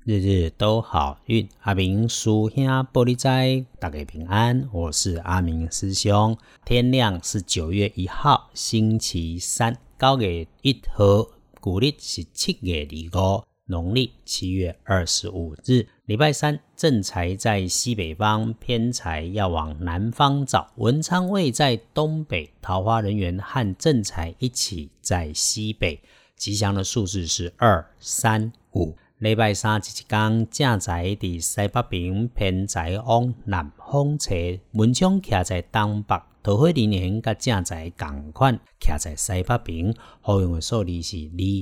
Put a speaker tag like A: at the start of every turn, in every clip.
A: 日日都好运，阿明师兄玻璃斋，大家平安，我是阿明师兄。天亮是9月1号星期三，9月1号古历是7月25，农历7月25日，礼拜三。正财在西北方，偏财要往南方找。文昌位在东北，桃花人缘和正财一起在西北。吉祥的数字是2、3、5。礼拜三这一天，正财在西北边，偏财往南方找。文昌徛在东北，桃花人缘跟正财同款，徛在西北边。好用的数字是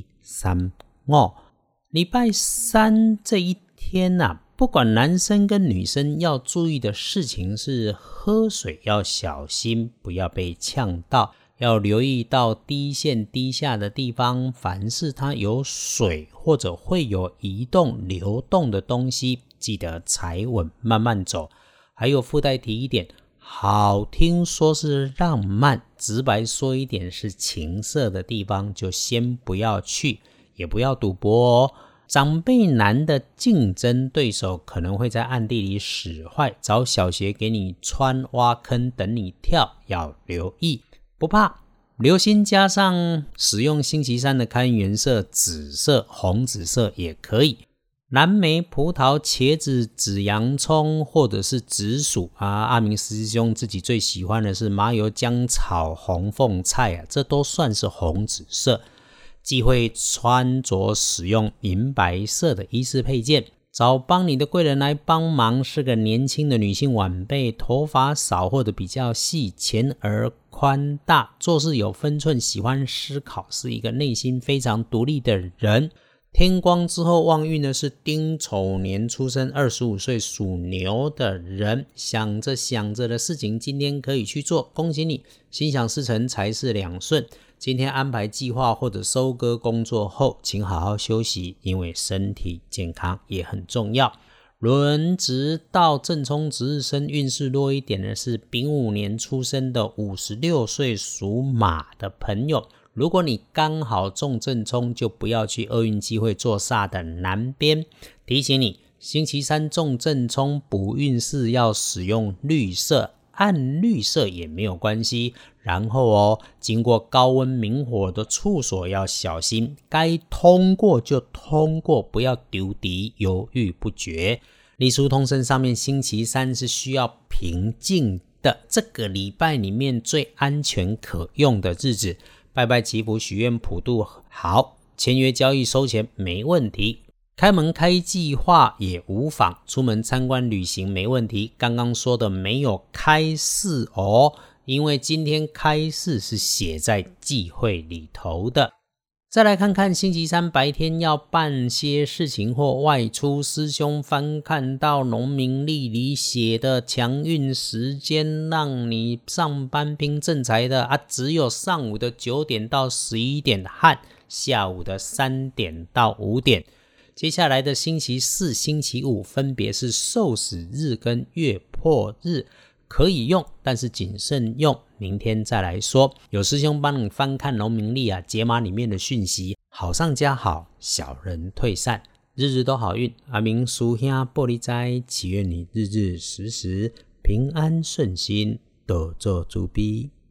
A: 2、3、5。礼拜三这一天不管男生跟女生要注意的事情是喝水要小心，不要被呛到，要留意到滴线滴下的地方，凡是它有水或者会有移动流动的东西，记得踩稳慢慢走。还有附带提一点，好听说是浪漫，直白说一点是情色的地方就先不要去，也不要赌博哦。长辈男的竞争对手可能会在暗地里使坏，找小鞋给你穿，挖坑等你跳，要留意。不怕，留心加上使用星期三的开运颜色紫色、红紫色也可以。蓝莓、葡萄、茄子、紫洋葱或者是紫薯阿明师兄自己最喜欢的是麻油姜炒红凤菜这都算是红紫色。忌讳穿着使用银白色的衣饰配件。找帮你的贵人来帮忙是个年轻的女性晚辈，头发少或者比较细，前额宽大，做事有分寸，喜欢思考，是一个内心非常独立的人。天光之后旺运的是丁丑年出生25岁属牛的人，想着的事情今天可以去做，恭喜你，心想事成，财势两顺。今天安排计划或者收割工作后，请好好休息，因为身体健康也很重要。轮值到正冲值日生，运势弱一点的是丙午年出生的56岁属马的朋友。如果你刚好中正冲，就不要去厄运机会坐煞的南边。提醒你，星期三中正冲补运势要使用绿色，暗绿色也没有关系。然后经过高温明火的处所要小心，该通过就通过，不要丢敌犹豫不决。历书通胜上面星期三是需要平静的，这个礼拜里面最安全可用的日子。拜拜祈福许愿普渡好，签约交易收钱没问题，开门开计划也无妨，出门参观旅行没问题。刚刚说的没有开市因为今天开市是写在忌讳里头的。再来看看星期三白天要办些事情或外出，师兄翻看到农民历里写的强运时间，让你上班拼正财的只有上午的9点到11点和下午的3点到5点。接下来的星期四、星期五分别是受死日跟月破日，可以用，但是谨慎用，明天再来说。有师兄帮你翻看农民历解码里面的讯息，好上加好，小人退散，日日都好运。阿明师兄玻璃斋，祈愿你日日时时平安顺心，多做主逼。